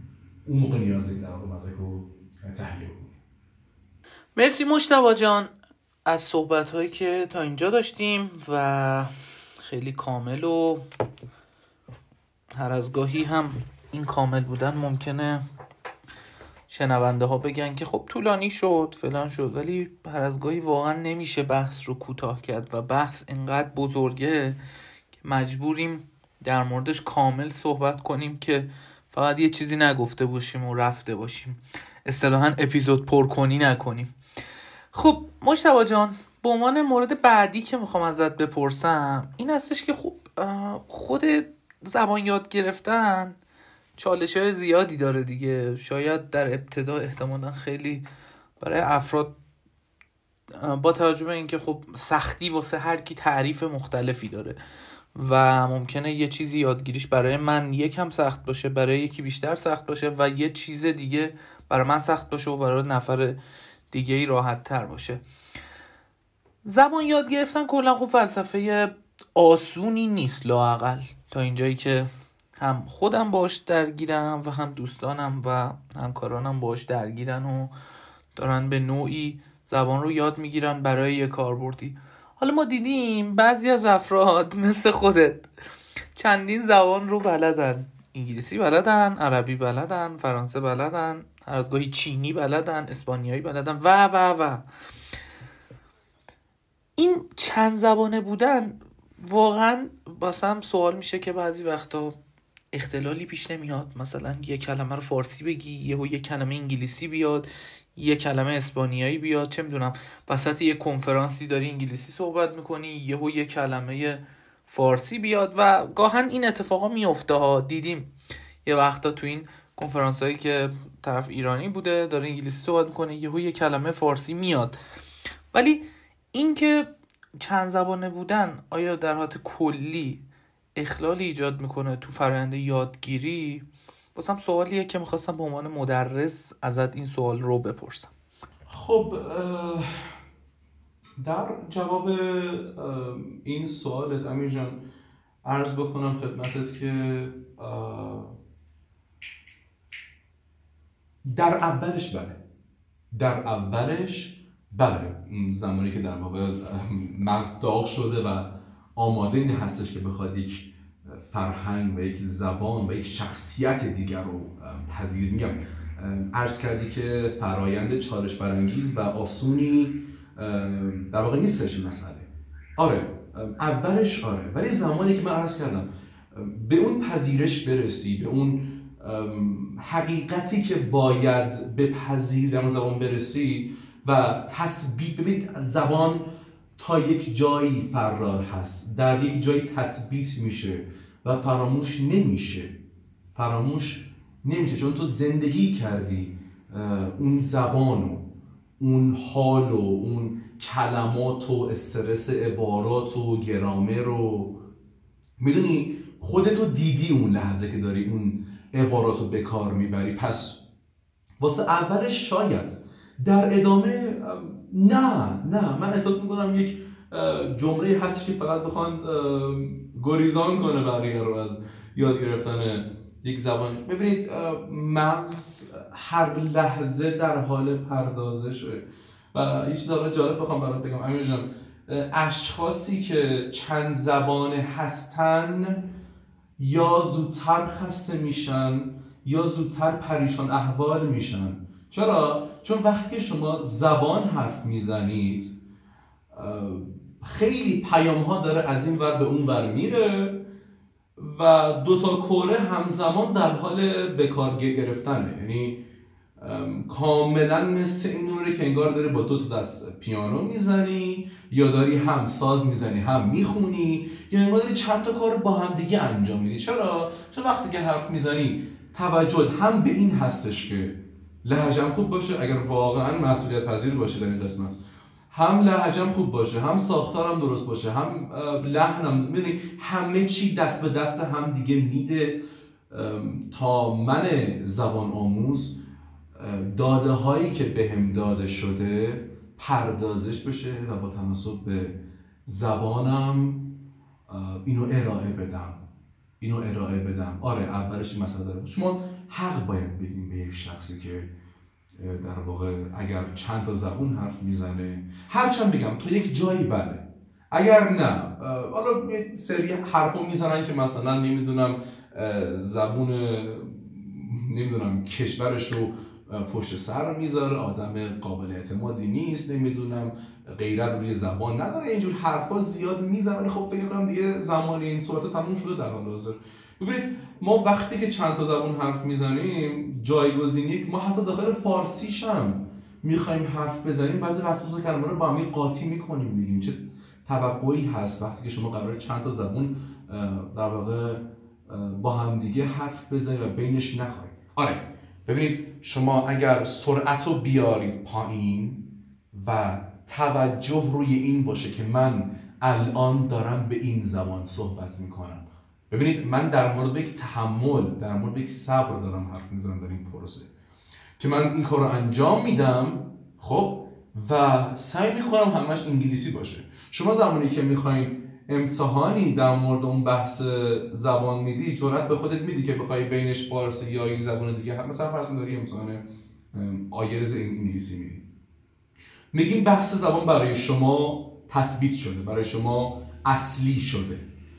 اون موقع نیازی در واقع مدرک رو تهیه کنیم. مرسی مجتبی جان از صحبت‌هایی که تا اینجا داشتیم و خیلی کامل و هر از گاهی هم این کامل بودن ممکنه شنونده ها بگن که خب طولانی شد فلان شد، ولی هر از گاهی واقعا نمیشه بحث رو کوتاه کرد و بحث اینقدر بزرگه که مجبوریم در موردش کامل صحبت کنیم که فقط یه چیزی نگفته باشیم و رفته باشیم، اصطلاحاً اپیزود پرکنی نکنیم. خب مجتبی جان، به عنوان مورد بعدی که میخوام ازت بپرسم این هستش که خب خود زبان یاد گرفتن چالش‌های زیادی داره دیگه. شاید در ابتدا احتمالاً خیلی برای افراد با توجه به اینکه خب سختی واسه هر کی تعریف مختلفی داره و ممکنه یه چیزی یادگیریش برای من یکم سخت باشه، برای یکی بیشتر سخت باشه و یه چیز دیگه برای من سخت باشه و برای نفر دیگه ای راحت تر باشه. زبان یاد گرفتن کلا خب فلسفه آسونی نیست، لااقل تا اینجایی که هم خودم باش درگیرم و هم دوستانم و همکارانم باش درگیرن و دارن به نوعی زبان رو یاد میگیرن برای یه کاربردی. حالا ما دیدیم بعضی از افراد مثل خودت چندین زبان رو بلدن، انگلیسی بلدن، عربی بلدن، فرانسه بلدن، هر از گاهی چینی بلدن، اسپانیایی بلدن و این چند زبانه بودن واقعا واسم سوال میشه که بعضی وقتا اختلالی پیش نمیاد، مثلا یه کلمه رو فارسی بگی یهو یه کلمه انگلیسی بیاد، یه کلمه اسپانیایی بیاد، چه میدونم وسط یه کنفرانسی داری انگلیسی صحبت میکنی یهو یه کلمه فارسی بیاد و گاهن این اتفاقا میفته ها. دیدیم یه وقتا تو این کنفرانسایی که طرف ایرانی بوده داره انگلیسی صحبت میکنه یهو یه کلمه فارسی میاد. ولی این که چند زبانه بودن آیا در حالت کلی اخلالی ایجاد میکنه تو فرآیند یادگیری؟ واسم سوالیه که میخواستم به عنوان مدرس ازت این سوال رو بپرسم. خب در جواب این سوالت امیر جان عرض بکنم خدمتت که در اولش بله زمانی که در واقع مغز داغ شده و آماده این هستش که بخواد یک فرهنگ و یک زبان و یک شخصیت دیگر رو پذیر میگم عرض کردی که فرایند چالش برانگیز و آسونی در واقع نیستش این مسئله. آره اولش آره، ولی زمانی که من عرض کردم به اون پذیرش برسی، به اون حقیقتی که باید بپذیری در زبان برسی و تثبیت. ببین زبان تا یک جایی فرار هست، در یک جایی تثبیت میشه و فراموش نمیشه چون تو زندگی کردی اون زبانو، اون حالو، اون کلمات و استرس عبارات و گرامر رو میدونی، خودتو دیدی اون لحظه که داری اون عباراتو به کار میبری. پس واسه اولش شاید، در ادامه نه من احساس میکنم یک جمله هست که فقط بخوان گریزان کنه بقیه رو از یاد گرفتن یک زبان. ببینید مغز هر لحظه در حال پردازشه و یه چیز جالب بخوام برات بگم امیر جان، اشخاصی که چند زبانه هستن یا زودتر خسته میشن یا زودتر پریشان احوال میشن. چرا؟ چون وقتی که شما زبان حرف میزنید خیلی پیام ها داره از این ور به اون ور میره و دوتا کره همزمان در حال بکار گرفتنه. یعنی کاملا مثل این دوره که انگار داری با دو تا دست پیانو میزنی یا داری هم ساز میزنی هم میخونی یا انگار داری چند تا کار با هم دیگه انجام میدی. چرا؟ چون وقتی که حرف میزنی توجه هم به این هستش که لهجه‌م خوب باشه، اگر واقعا مسئولیت پذیر باشه در این قسمت، هم لهجه‌م خوب باشه، هم ساختارم درست باشه، هم لحنم، میدونی همه چی دست به دست هم دیگه میده تا من زبان آموز داده هایی که بهم داده شده پردازش بشه و با تناسب به زبانم اینو ارائه بدم. اینو ارائه بدم. آره اولش این مسئله داره. شما حق باید بدین به یک شخصی که در واقع اگر چند تا زبون حرف میزنه، هرچند بگم تا یک جایی بله، اگر نه حالا یه سری حرفا میزنن که مثلا نمیدونم زبون نمیدونم کشورش رو پشت سر میذاره، آدم قابل اعتمادی نیست، نمیدونم غیرت روی زبان نداره، اینجور حرفا زیاد میزنن. ولی خب فکر کنم دیگه زمان این صحبت تموم شده در حال حاضر. ببینید ما وقتی که چند تا زبان حرف میزنیم جایگزینی، ما حتی داخل فارسیش هم میخوایم حرف بزنیم بعضی وقتا تو کلمه رو با هم قاطی میکنیم، میگیم چه توقعی هست وقتی که شما قراره چند تا زبان در واقع با هم دیگه حرف بزنید و بینش نخواید. آره ببینید شما اگر سرعت رو بیارید پایین و توجه روی این باشه که من الان دارم به این زبان صحبت میکنم، ببینید من در مورد یک تحمل، در مورد یک صبر دارم حرف میزنم در این پروسه که من این کار رو انجام میدم خب و سعی میکنم همش انگلیسی باشه. شما زمانی که میخواین امتحانی در مورد اون بحث زبان میدی، جرأت به خودت میدی که بخوای بینش فارسی یا یک زبان دیگه، مثلا فرض کن داری امتحان آیلتس انگلیسی میدی، میگیم بحث زبان برای شما تثبیت شده، برای شما اصلی شده،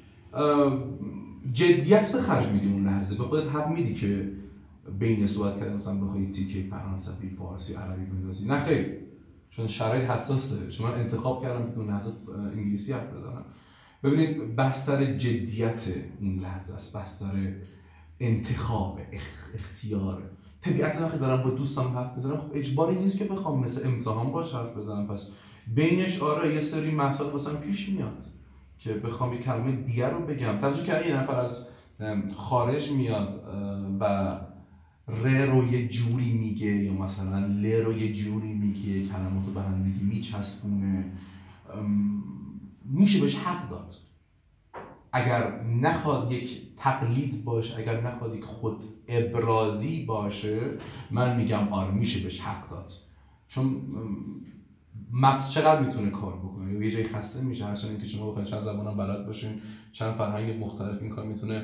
جدیت به خرج میدی اون لحظه، به خودت حق میدی که بین صحبت کردن مثلا بخوای تیکه فرانسوی، فارسی، عربی بندازی. نه خیر، چون شرایط حساسه، چون من انتخاب کردم که تو لحظه انگلیسی حرف بزنم. ببینید بستر جدیت اون لحظه است، بستر انتخاب، اختیاره. طبیعتا وقتی دارم با دوستم حرف بزنم خب اجباری نیست که بخوام مثل امتحان باش حرف بزنم، پس بینش آره یه سری مسائل مثلا پیش میاد که بخوام یه کلمه دیگر رو بگم. توجه کردی یه نفر از خارج میاد و ر رو یه جوری میگه یا مثلا ل رو یه جوری میگه، کلماتو به هم دیگه میچسبونه، میشه بهش حق داد. اگر نخواد یک تقلید باشه، اگر نخواد یک خود ابرازی باشه، من میگم آره میشه بهش حق داد، چون مغز چقدر میتونه کار بکنه. یه جایی خسته میشه، هرچند که شما بخواید چند زبانم بلد باشین، چند فرهنگ مختلف، این کار میتونه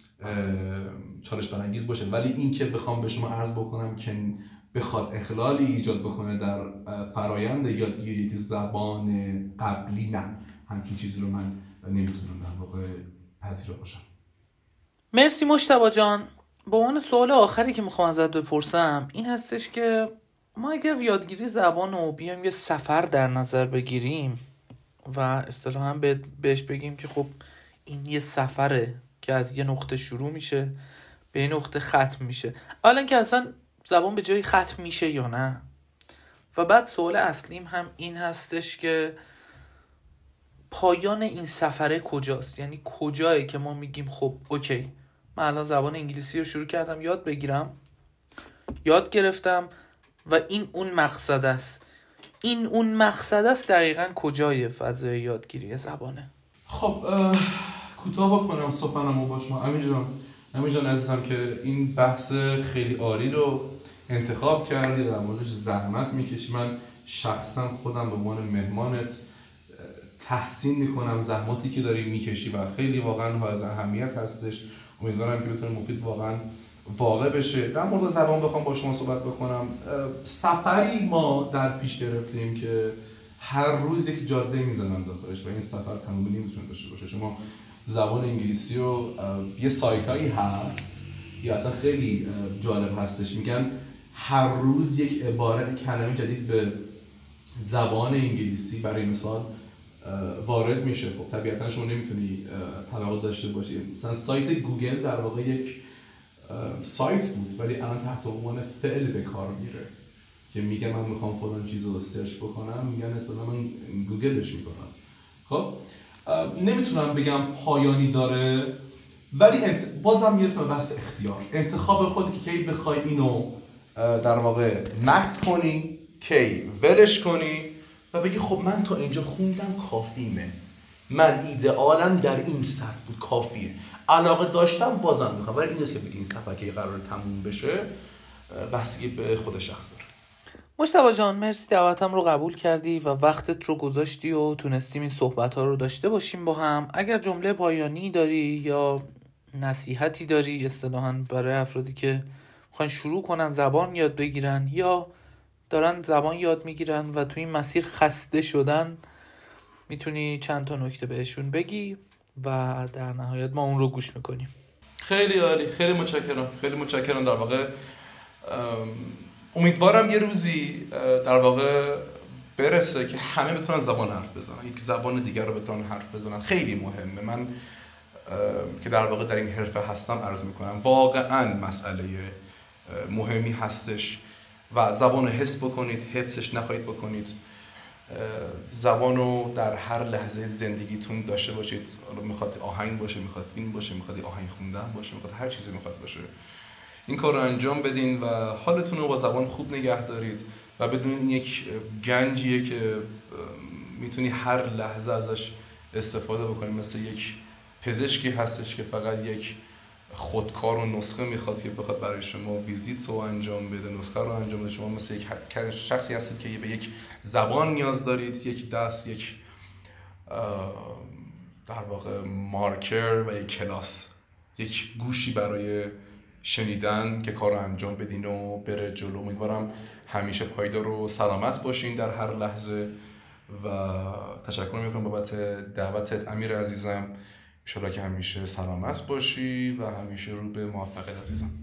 چالش برانگیز باشه. ولی این که بخوام به شما عرض بکنم که بخواد اخلالی ایجاد بکنه در فرایند یادگیری یک زبان قبلی، نه، همچین چیزی رو من نمیتونم در واقع پذیرا باشم. مرسی مجتبی جان. به عنوان سوال آخری که میخوام ازت بپرسم این هستش که ما اگر یادگیری زبان رو بیایم یه سفر در نظر بگیریم و اصطلاحاً بهش بگیم که خب این یه سفره که از یه نقطه شروع میشه به یه نقطه ختم میشه، اولا که اصلا زبان به جایی ختم میشه یا نه، و بعد سوال اصلیم هم این هستش که پایان این سفره کجاست؟ یعنی کجایی که ما میگیم خب اوکی من الان زبان انگلیسی رو شروع کردم یاد بگیرم، یاد گرفتم و این اون مقصد است. این اون مقصد است دقیقاً کجای فضای یادگیری زبانه؟ خب کوتاه بکنم سخنمو با شما امیر جان عزیزم که این بحث خیلی عالی رو انتخاب کردی، در موردش زحمت میکشی. من شخصا خودم به عنوان مهمانت تحسین میکنم زحماتی که داری میکشی و خیلی واقعا از اهمیت هستش. امیدوارم که بتونه مفید واقع بشه. در مورد زبان بخوام با شما صحبت بکنم، سفری ما در پیش گرفتیم که هر روز یک جاده میزنن داخلش و این سفر تمامی نمیتونه داشته باشه. شما زبان انگلیسی رو یه سایتایی هست یا اصلا خیلی جالب هستش، میگن هر روز یک عبارت کلمه جدید به زبان انگلیسی برای مثال وارد میشه. خب طبیعتا شما نمیتونی تناقض داشته باشی. مثلا سایت گوگل در واقع یک سایت بود ولی الان تحت عنوان فعل به کار میره که میگه من میخوام فلان چیزو سرچ بکنم، میگن اصلا من گوگلش میکنم. خب نمیتونم بگم پایانی داره، ولی بازم میره تو بحث اختیار، انتخاب خودی که کی بخوای اینو در واقع مکس کنی، کی ولش کنی و بگی خب من تا اینجا خوندم کافیمه، من ایدئالم در این سطح بود کافیه، علاقه داشتم بازم میخوام. ولی این نیست که بگی این صفحه که قراره تموم بشه، بحثی به خود شخص داره. مجتبی جان مرسی دعوتم رو قبول کردی و وقتت رو گذاشتی و تونستیم این صحبت ها رو داشته باشیم با هم. اگر جمله پایانی داری یا نصیحتی داری اصطلاحاً برای افرادی که میخوان شروع کنن زبان یاد بگیرن یا دارن زبان یاد میگیرن و تو این مسیر خسته شدن، میتونی چند تا نکته بهشون بگی و در نهایت ما اون رو گوش میکنیم. خیلی عالی، خیلی متشکرم. در واقع امیدوارم یه روزی در واقع برسه که همه بتونن زبان حرف بزنن، یک زبان دیگر رو بتونن حرف بزنن. خیلی مهمه. من که در واقع در این حرفه هستم عرض میکنم واقعا مسئله مهمی هستش و زبان رو حس بکنید، حفظش نخواهید بکنید. زبان رو در هر لحظه زندگیتون داشته باشید. میخواد آهنگ باشه، میخواد فیلم باشه، میخواد آهنگ خوندن باشه، میخواد هر چیزی میخواد باشه، این کار رو انجام بدین و حالتون رو با زبان خوب نگه دارید و بدون این یک گنجیه که میتونی هر لحظه ازش استفاده بکنی. مثل یک پزشکی هستش که فقط یک خودکار و نسخه میخواد که بخواد برای شما ویزیت رو انجام بده، نسخه رو انجام بده. شما مثل یک شخصی هستید که به یک زبان نیاز دارید، یک دست، یک در واقع مارکر و یک کلاس، یک گوشی برای شنیدن که کار رو انجام بدین و بره جلو. امیدوارم همیشه پایدار و سلامت باشین در هر لحظه و تشکر میکنم بابت دعوتت امیر عزیزم. انشالله که همیشه سلامت باشی و همیشه رو به موفقیت عزیزم.